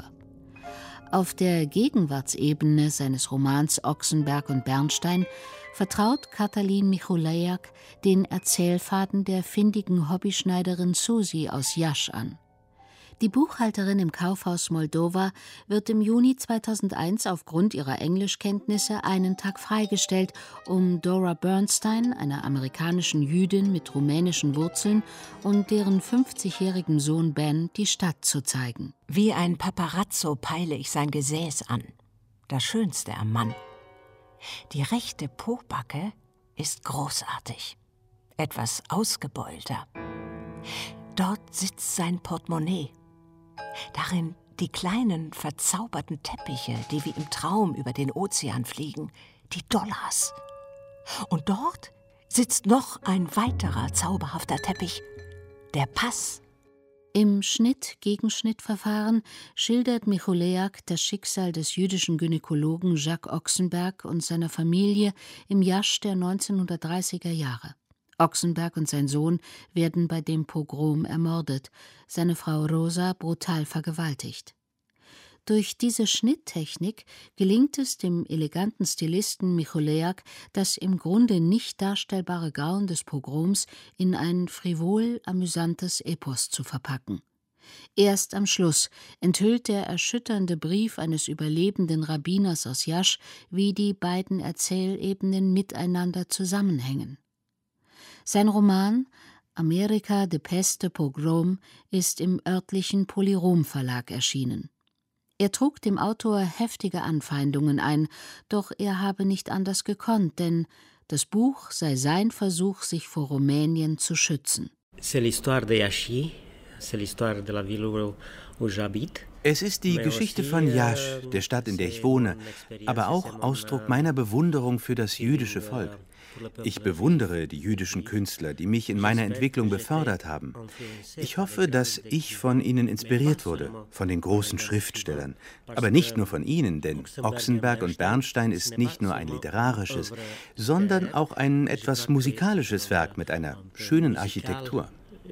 Auf der Gegenwartsebene seines Romans Ochsenberg und Bernstein vertraut Katalin Michuleak den Erzählfaden der findigen Hobbyschneiderin Susi aus Iași an. Die Buchhalterin im Kaufhaus Moldova wird im Juni 2001 aufgrund ihrer Englischkenntnisse einen Tag freigestellt, um Dora Bernstein, einer amerikanischen Jüdin mit rumänischen Wurzeln, und deren 50-jährigen Sohn Ben die Stadt zu zeigen. Wie ein Paparazzo peile ich sein Gesäß an. Das Schönste am Mann. Die rechte Pobacke ist großartig. Etwas ausgebeulter. Dort sitzt sein Portemonnaie. Darin die kleinen, verzauberten Teppiche, die wie im Traum über den Ozean fliegen, die Dollars. Und dort sitzt noch ein weiterer zauberhafter Teppich, der Pass. Im Schnitt-Gegenschnitt-Verfahren schildert Michuleak das Schicksal des jüdischen Gynäkologen Jacques Ochsenberg und seiner Familie im Iași der 1930er Jahre. Ochsenberg und sein Sohn werden bei dem Pogrom ermordet, seine Frau Rosa brutal vergewaltigt. Durch diese Schnitttechnik gelingt es dem eleganten Stilisten Michuleak, das im Grunde nicht darstellbare Grauen des Pogroms in ein frivol amüsantes Epos zu verpacken. Erst am Schluss enthüllt der erschütternde Brief eines überlebenden Rabbiners aus Iași, wie die beiden Erzählebenen miteinander zusammenhängen. Sein Roman »Amerika de Peste Pogrom« ist im örtlichen Polyrom Verlag erschienen. Er trug dem Autor heftige Anfeindungen ein, doch er habe nicht anders gekonnt, denn das Buch sei sein Versuch, sich vor Rumänien zu schützen. C'est l'histoire de Iași, c'est l'histoire de la ville où j'habite. Es ist die Geschichte von Iași, der Stadt, in der ich wohne, aber auch Ausdruck meiner Bewunderung für das jüdische Volk. Ich bewundere die jüdischen Künstler, die mich in meiner Entwicklung befördert haben. Ich hoffe, dass ich von ihnen inspiriert wurde, von den großen Schriftstellern. Aber nicht nur von ihnen, denn Ochsenberg und Bernstein ist nicht nur ein literarisches, sondern auch ein etwas musikalisches Werk mit einer schönen Architektur.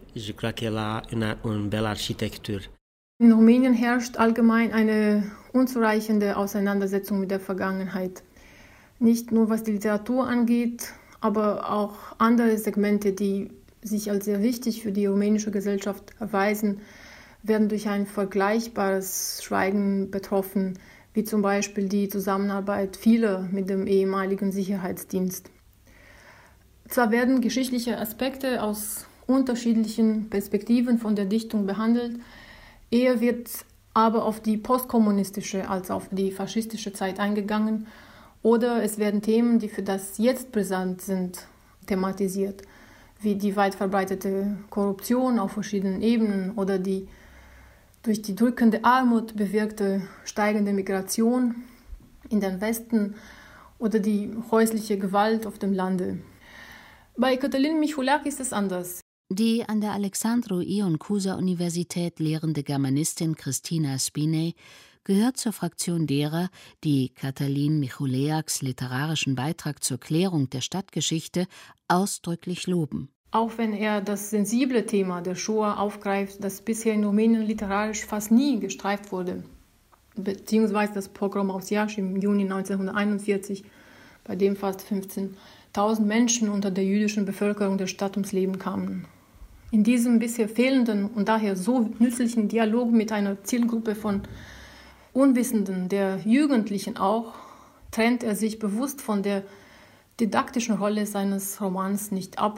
In Rumänien herrscht allgemein eine unzureichende Auseinandersetzung mit der Vergangenheit. Nicht nur was die Literatur angeht, aber auch andere Segmente, die sich als sehr wichtig für die rumänische Gesellschaft erweisen, werden durch ein vergleichbares Schweigen betroffen, wie zum Beispiel die Zusammenarbeit vieler mit dem ehemaligen Sicherheitsdienst. Zwar werden geschichtliche Aspekte aus unterschiedlichen Perspektiven von der Dichtung behandelt, eher wird aber auf die postkommunistische als auf die faschistische Zeit eingegangen. Oder es werden Themen, die für das Jetzt brisant sind, thematisiert, wie die weit verbreitete Korruption auf verschiedenen Ebenen oder die durch die drückende Armut bewirkte steigende Migration in den Westen oder die häusliche Gewalt auf dem Lande. Bei Cătălin Mișulac ist es anders. Die an der Alexandru Ion Cuza Universität lehrende Germanistin Christina Spiney gehört zur Fraktion derer, die Cătălin Mișuleacs literarischen Beitrag zur Klärung der Stadtgeschichte ausdrücklich loben. Auch wenn er das sensible Thema der Shoah aufgreift, das bisher in Rumänien literarisch fast nie gestreift wurde, beziehungsweise das Pogrom aus Iași im Juni 1941, bei dem fast 15.000 Menschen unter der jüdischen Bevölkerung der Stadt ums Leben kamen. In diesem bisher fehlenden und daher so nützlichen Dialog mit einer Zielgruppe von Unwissenden, der Jugendlichen auch, trennt er sich bewusst von der didaktischen Rolle seines Romans nicht ab.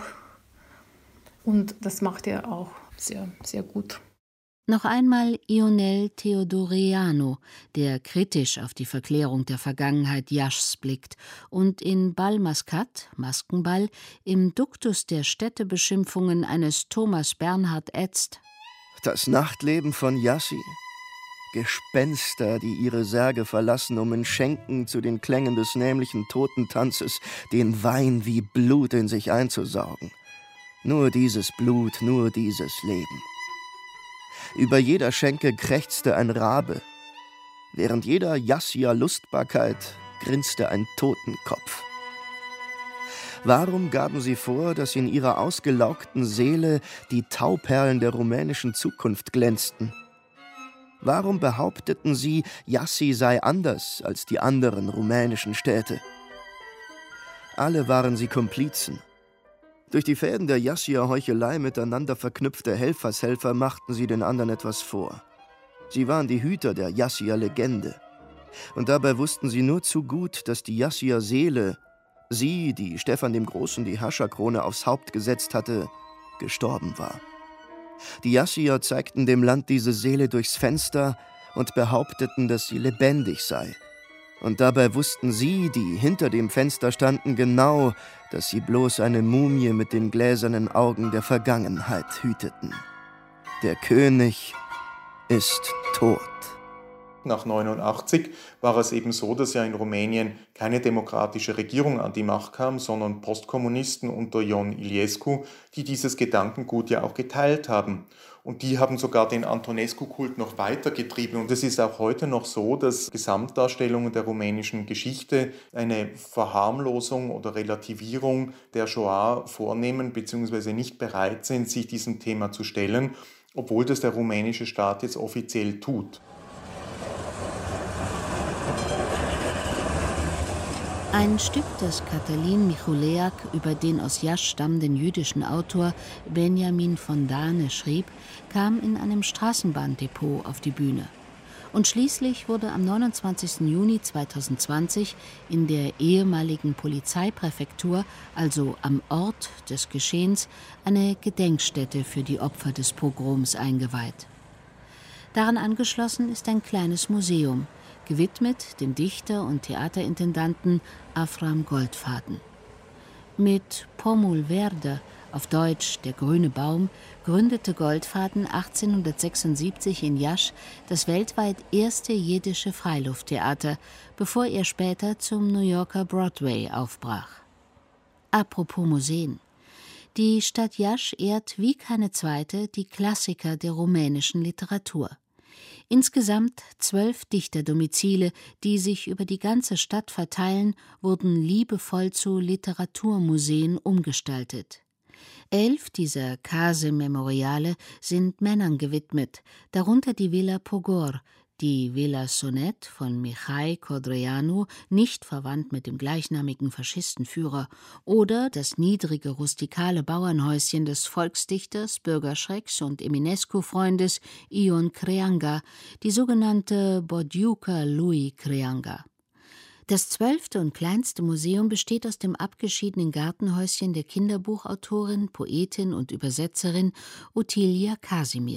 Und das macht er auch sehr, sehr gut. Noch einmal Ionel Teodoreanu, der kritisch auf die Verklärung der Vergangenheit Iașis blickt und in Bal Mascat, Maskenball, im Duktus der Städtebeschimpfungen eines Thomas Bernhard ätzt: Das Nachtleben von Iași? Gespenster, die ihre Särge verlassen, um in Schenken zu den Klängen des nämlichen Totentanzes den Wein wie Blut in sich einzusaugen. Nur dieses Blut, nur dieses Leben. Über jeder Schenke krächzte ein Rabe. Während jeder Iașier Lustbarkeit grinste ein Totenkopf. Warum gaben sie vor, dass in ihrer ausgelaugten Seele die Tauperlen der rumänischen Zukunft glänzten? Warum behaupteten sie, Iași sei anders als die anderen rumänischen Städte? Alle waren sie Komplizen. Durch die Fäden der Iașier Heuchelei miteinander verknüpfte Helfershelfer machten sie den anderen etwas vor. Sie waren die Hüter der Iașier Legende. Und dabei wussten sie nur zu gut, dass die Iașier Seele, sie, die Stephan dem Großen die Herrscherkrone aufs Haupt gesetzt hatte, gestorben war. Die Iașier zeigten dem Land diese Seele durchs Fenster und behaupteten, dass sie lebendig sei. Und dabei wussten sie, die hinter dem Fenster standen, genau, dass sie bloß eine Mumie mit den gläsernen Augen der Vergangenheit hüteten. Der König ist tot. Nach 1989 war es eben so, dass ja in Rumänien keine demokratische Regierung an die Macht kam, sondern Postkommunisten unter Ion Iliescu, die dieses Gedankengut ja auch geteilt haben. Und die haben sogar den Antonescu-Kult noch weitergetrieben. Und es ist auch heute noch so, dass Gesamtdarstellungen der rumänischen Geschichte eine Verharmlosung oder Relativierung der Shoah vornehmen, beziehungsweise nicht bereit sind, sich diesem Thema zu stellen, obwohl das der rumänische Staat jetzt offiziell tut. Ein Stück, das Cătălin Mișuleac über den aus Iași stammenden jüdischen Autor Benjamin von Dane schrieb, kam in einem Straßenbahndepot auf die Bühne. Und schließlich wurde am 29. Juni 2020 in der ehemaligen Polizeipräfektur, also am Ort des Geschehens, eine Gedenkstätte für die Opfer des Pogroms eingeweiht. Daran angeschlossen ist ein kleines Museum, gewidmet dem Dichter und Theaterintendanten Avram Goldfaden. Mit Pomul Verde, auf Deutsch der grüne Baum, gründete Goldfaden 1876 in Iași das weltweit erste jiddische Freilufttheater, bevor er später zum New Yorker Broadway aufbrach. Apropos Museen. Die Stadt Iași ehrt wie keine zweite die Klassiker der rumänischen Literatur. Insgesamt 12 Dichterdomizile, die sich über die ganze Stadt verteilen, wurden liebevoll zu Literaturmuseen umgestaltet. 11 dieser Case Memoriale sind Männern gewidmet, darunter die Villa Pogor, die Villa Sonet von Mihai Codreanu, nicht verwandt mit dem gleichnamigen Faschistenführer, oder das niedrige rustikale Bauernhäuschen des Volksdichters, Bürgerschrecks und Eminescu-Freundes Ion Creanga, die sogenannte Bodiuca lui Creanga. Das 12. und kleinste Museum besteht aus dem abgeschiedenen Gartenhäuschen der Kinderbuchautorin, Poetin und Übersetzerin Ottilia Casimir.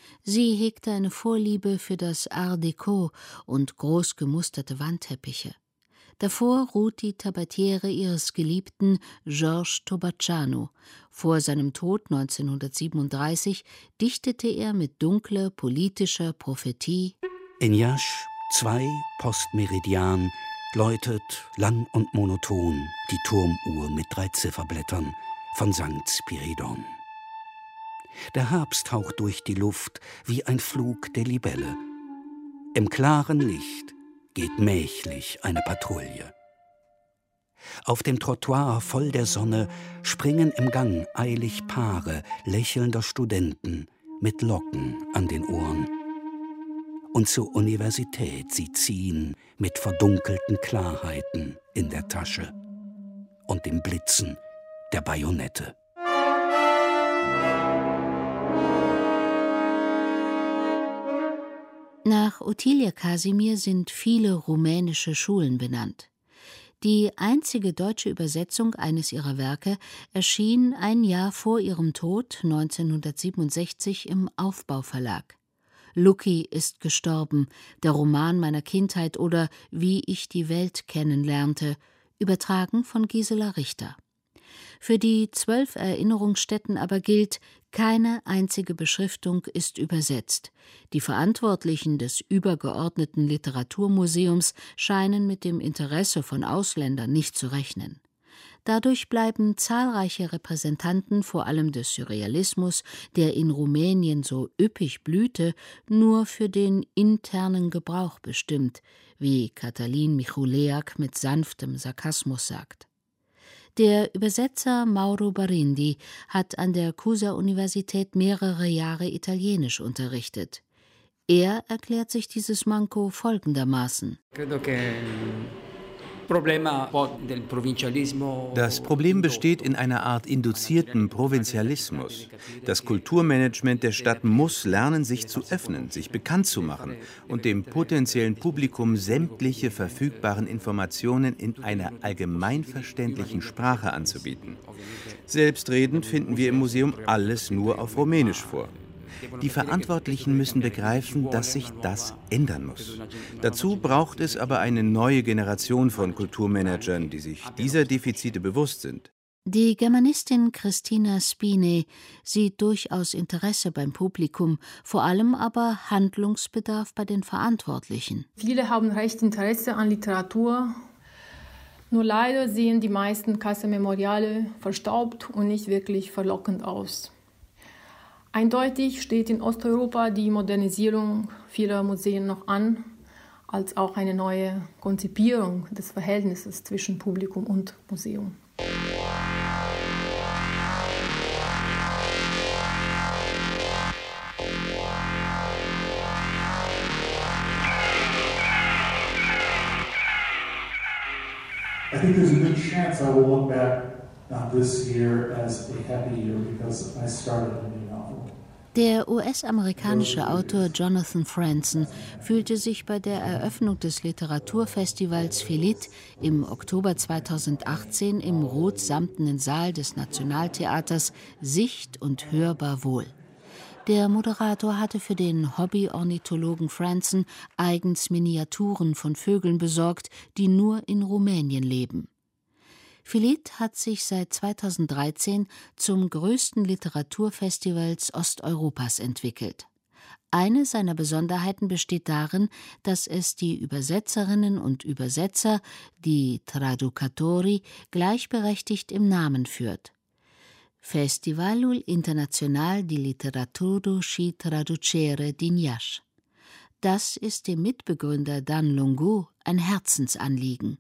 Sie hegte eine Vorliebe für das Art Déco und groß gemusterte Wandteppiche. Davor ruht die Tabatiere ihres Geliebten Georges Tobacciano. Vor seinem Tod 1937 dichtete er mit dunkler politischer Prophetie: In Iași, 2 Postmeridian, läutet lang und monoton die Turmuhr mit 3 Zifferblättern von St. Spiridon. Der Herbst haucht durch die Luft wie ein Flug der Libelle. Im klaren Licht geht mählich eine Patrouille. Auf dem Trottoir voll der Sonne springen im Gang eilig Paare lächelnder Studenten mit Locken an den Ohren. Und zur Universität sie ziehen mit verdunkelten Klarheiten in der Tasche und dem Blitzen der Bajonette. Nach Ottilie Casimir sind viele rumänische Schulen benannt. Die einzige deutsche Übersetzung eines ihrer Werke erschien ein Jahr vor ihrem Tod 1967 im Aufbau-Verlag. Lucky ist gestorben, der Roman meiner Kindheit, oder Wie ich die Welt kennenlernte, übertragen von Gisela Richter. Für die 12 Erinnerungsstätten aber gilt, keine einzige Beschriftung ist übersetzt. Die Verantwortlichen des übergeordneten Literaturmuseums scheinen mit dem Interesse von Ausländern nicht zu rechnen. Dadurch bleiben zahlreiche Repräsentanten, vor allem des Surrealismus, der in Rumänien so üppig blühte, nur für den internen Gebrauch bestimmt, wie Cătălin Michuleac mit sanftem Sarkasmus sagt. Der Übersetzer Mauro Barindi hat an der Cusa-Universität mehrere Jahre Italienisch unterrichtet. Er erklärt sich dieses Manko folgendermaßen: Das Problem besteht in einer Art induzierten Provinzialismus. Das Kulturmanagement der Stadt muss lernen, sich zu öffnen, sich bekannt zu machen und dem potenziellen Publikum sämtliche verfügbaren Informationen in einer allgemeinverständlichen Sprache anzubieten. Selbstredend finden wir im Museum alles nur auf Rumänisch vor. Die Verantwortlichen müssen begreifen, dass sich das ändern muss. Dazu braucht es aber eine neue Generation von Kulturmanagern, die sich dieser Defizite bewusst sind. Die Germanistin Christina Spine sieht durchaus Interesse beim Publikum, vor allem aber Handlungsbedarf bei den Verantwortlichen. Viele haben recht Interesse an Literatur, nur leider sehen die meisten Casa Memoriale verstaubt und nicht wirklich verlockend aus. Eindeutig steht in Osteuropa die Modernisierung vieler Museen noch an, als auch eine neue Konzipierung des Verhältnisses zwischen Publikum und Museum. I think there's a good chance I will look back on this year as a happy year because I started a new novel. Der US-amerikanische Autor Jonathan Franzen fühlte sich bei der Eröffnung des Literaturfestivals Feliz im Oktober 2018 im rot-samtenen Saal des Nationaltheaters sicht- und hörbar wohl. Der Moderator hatte für den Hobby-Ornithologen Franzen eigens Miniaturen von Vögeln besorgt, die nur in Rumänien leben. Feliz hat sich seit 2013 zum größten Literaturfestival Osteuropas entwickelt. Eine seiner Besonderheiten besteht darin, dass es die Übersetzerinnen und Übersetzer, die Traducatori, gleichberechtigt im Namen führt. Festivalul Internacional di Literatura și Traducere din Iași. Das ist dem Mitbegründer Dan Lungu ein Herzensanliegen.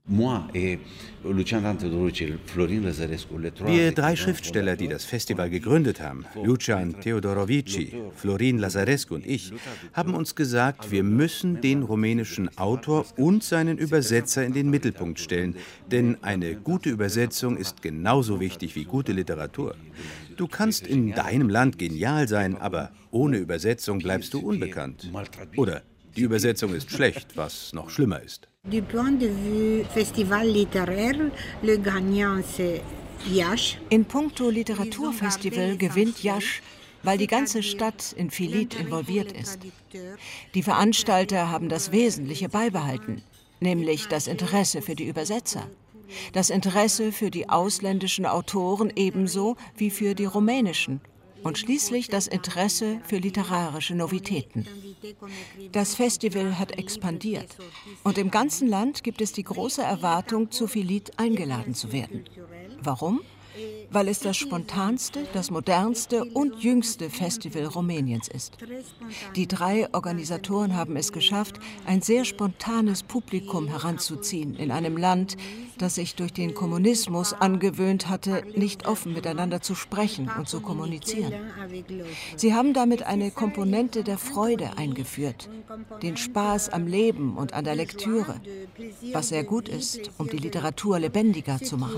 Wir 3 Schriftsteller, die das Festival gegründet haben, Lucian Teodorovici, Florin Lazarescu und ich, haben uns gesagt, wir müssen den rumänischen Autor und seinen Übersetzer in den Mittelpunkt stellen, denn eine gute Übersetzung ist genauso wichtig wie gute Literatur. Du kannst in deinem Land genial sein, aber ohne Übersetzung bleibst du unbekannt. Oder die Übersetzung ist schlecht, was noch schlimmer ist. Du point de vue festival littéraire, le gagnant c'est Iași. In puncto Literaturfestival gewinnt Iași, weil die ganze Stadt in Philid involviert ist. Die Veranstalter haben das Wesentliche beibehalten, nämlich das Interesse für die Übersetzer. Das Interesse für die ausländischen Autoren ebenso wie für die rumänischen und schließlich das Interesse für literarische Novitäten. Das Festival hat expandiert und im ganzen Land gibt es die große Erwartung, zu Philid eingeladen zu werden. Warum? Weil es das spontanste, das modernste und jüngste Festival Rumäniens ist. Die 3 Organisatoren haben es geschafft, ein sehr spontanes Publikum heranzuziehen in einem Land, das sich durch den Kommunismus angewöhnt hatte, nicht offen miteinander zu sprechen und zu kommunizieren. Sie haben damit eine Komponente der Freude eingeführt, den Spaß am Leben und an der Lektüre, was sehr gut ist, um die Literatur lebendiger zu machen.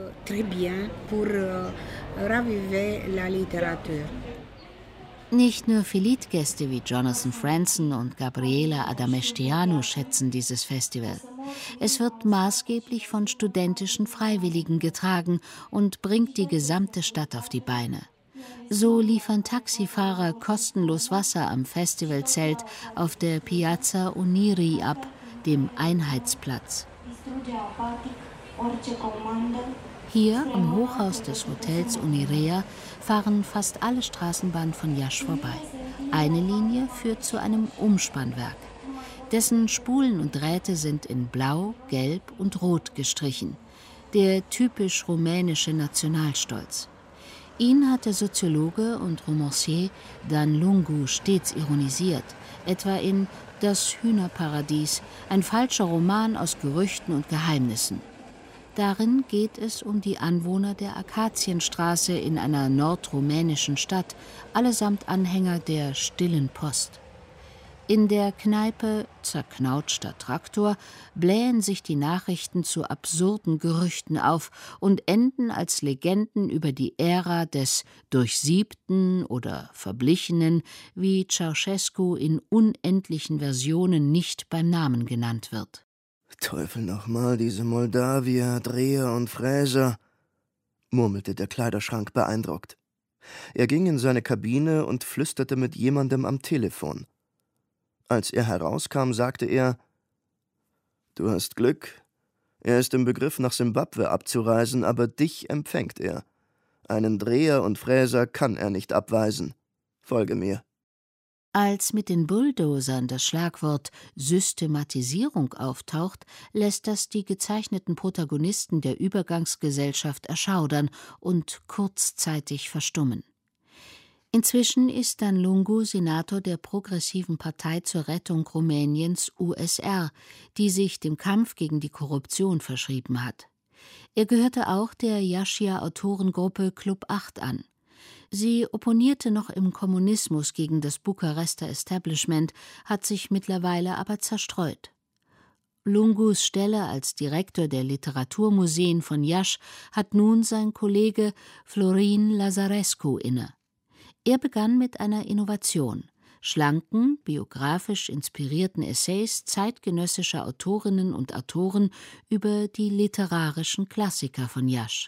Nicht nur Philid-Gäste wie Jonathan Franzen und Gabriela Adameșteanu schätzen dieses Festival. Es wird maßgeblich von studentischen Freiwilligen getragen und bringt die gesamte Stadt auf die Beine. So liefern Taxifahrer kostenlos Wasser am Festivalzelt auf der Piazza Unirii ab, dem Einheitsplatz. Hier am Hochhaus des Hotels Unirea fahren fast alle Straßenbahnen von Iași vorbei. Eine Linie führt zu einem Umspannwerk. Dessen Spulen und Drähte sind in Blau, Gelb und Rot gestrichen. Der typisch rumänische Nationalstolz. Ihn hat der Soziologe und Romancier Dan Lungu stets ironisiert, etwa in Das Hühnerparadies, ein falscher Roman aus Gerüchten und Geheimnissen. Darin geht es um die Anwohner der Akazienstraße in einer nordrumänischen Stadt, allesamt Anhänger der Stillen Post. In der Kneipe Zerknautschter Traktor blähen sich die Nachrichten zu absurden Gerüchten auf und enden als Legenden über die Ära des Durchsiebten oder Verblichenen, wie Ceausescu in unendlichen Versionen nicht beim Namen genannt wird. Teufel nochmal, diese Moldawier, Dreher und Fräser, murmelte der Kleiderschrank beeindruckt. Er ging in seine Kabine und flüsterte mit jemandem am Telefon. Als er herauskam, sagte er: »Du hast Glück. Er ist im Begriff, nach Simbabwe abzureisen, aber dich empfängt er. Einen Dreher und Fräser kann er nicht abweisen. Folge mir.« Als mit den Bulldozern das Schlagwort Systematisierung auftaucht, lässt das die gezeichneten Protagonisten der Übergangsgesellschaft erschaudern und kurzzeitig verstummen. Inzwischen ist Dan Lungu Senator der Progressiven Partei zur Rettung Rumäniens USR, die sich dem Kampf gegen die Korruption verschrieben hat. Er gehörte auch der Iași-Autorengruppe Club 8 an. Sie opponierte noch im Kommunismus gegen das Bukarester Establishment, hat sich mittlerweile aber zerstreut. Lungus Stelle als Direktor der Literaturmuseen von Iași hat nun sein Kollege Florin Lazarescu inne. Er begann mit einer Innovation: schlanken, biografisch inspirierten Essays zeitgenössischer Autorinnen und Autoren über die literarischen Klassiker von Iași.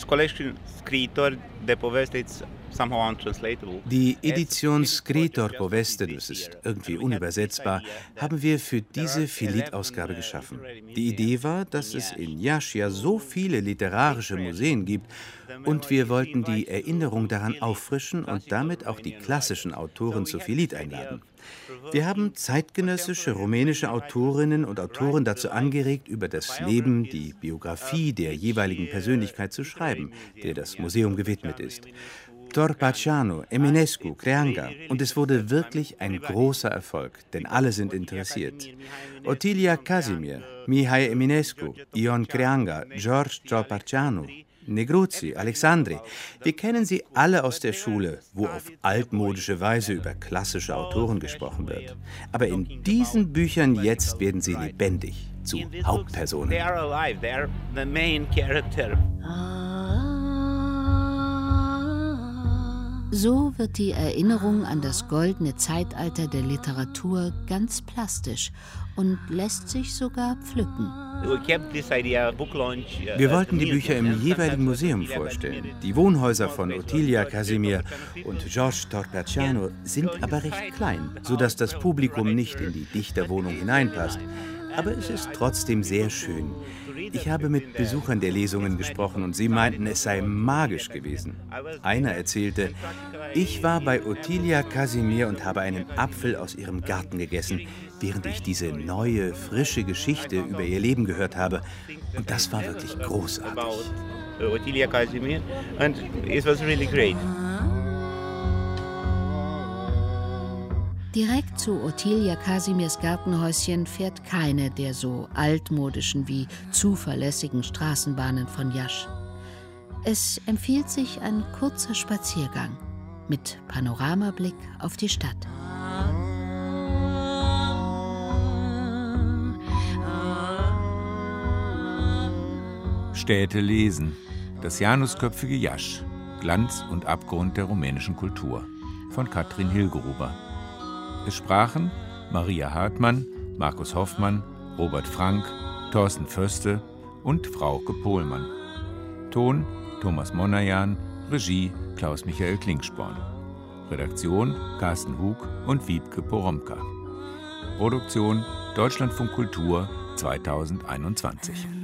Die Edition Scriitor Poveste, das ist irgendwie unübersetzbar, haben wir für diese Philid-Ausgabe geschaffen. Die Idee war, dass es in Iași ja so viele literarische Museen gibt und wir wollten die Erinnerung daran auffrischen und damit auch die klassischen Autoren zu Philid einladen. Wir haben zeitgenössische rumänische Autorinnen und Autoren dazu angeregt, über das Leben, die Biografie der jeweiligen Persönlichkeit zu schreiben, der das Museum gewidmet ist. Torpaceanu, Eminescu, Creanga. Und es wurde wirklich ein großer Erfolg, denn alle sind interessiert. Otilia Casimir, Mihai Eminescu, Ion Creanga, George Torpaceanu, Negruzi, Alexandri. Wir kennen sie alle aus der Schule, wo auf altmodische Weise über klassische Autoren gesprochen wird. Aber in diesen Büchern jetzt werden sie lebendig zu Hauptpersonen. So wird die Erinnerung an das goldene Zeitalter der Literatur ganz plastisch und lässt sich sogar pflücken. Wir wollten die Bücher im jeweiligen Museum vorstellen. Die Wohnhäuser von Ottilia Casimir und Georges Torcaciano sind aber recht klein, sodass das Publikum nicht in die Dichterwohnung hineinpasst. Aber es ist trotzdem sehr schön. Ich habe mit Besuchern der Lesungen gesprochen und sie meinten, es sei magisch gewesen. Einer erzählte, ich war bei Ottilia Casimir und habe einen Apfel aus ihrem Garten gegessen, während ich diese neue, frische Geschichte über ihr Leben gehört habe. Und das war wirklich großartig. Ottilia Casimir and it was really great. Direkt zu Ottilia Casimirs Gartenhäuschen fährt keine der so altmodischen wie zuverlässigen Straßenbahnen von Iași. Es empfiehlt sich ein kurzer Spaziergang mit Panoramablick auf die Stadt. Städte lesen. Das janusköpfige Iași. Glanz und Abgrund der rumänischen Kultur. Von Katrin Hilgeruber. Es sprachen Maria Hartmann, Markus Hoffmann, Robert Frank, Thorsten Föste und Frauke Pohlmann. Ton Thomas Monajan, Regie Klaus-Michael Klingsporn. Redaktion Carsten Hug und Wiebke Poromka. Produktion Deutschlandfunk Kultur 2021.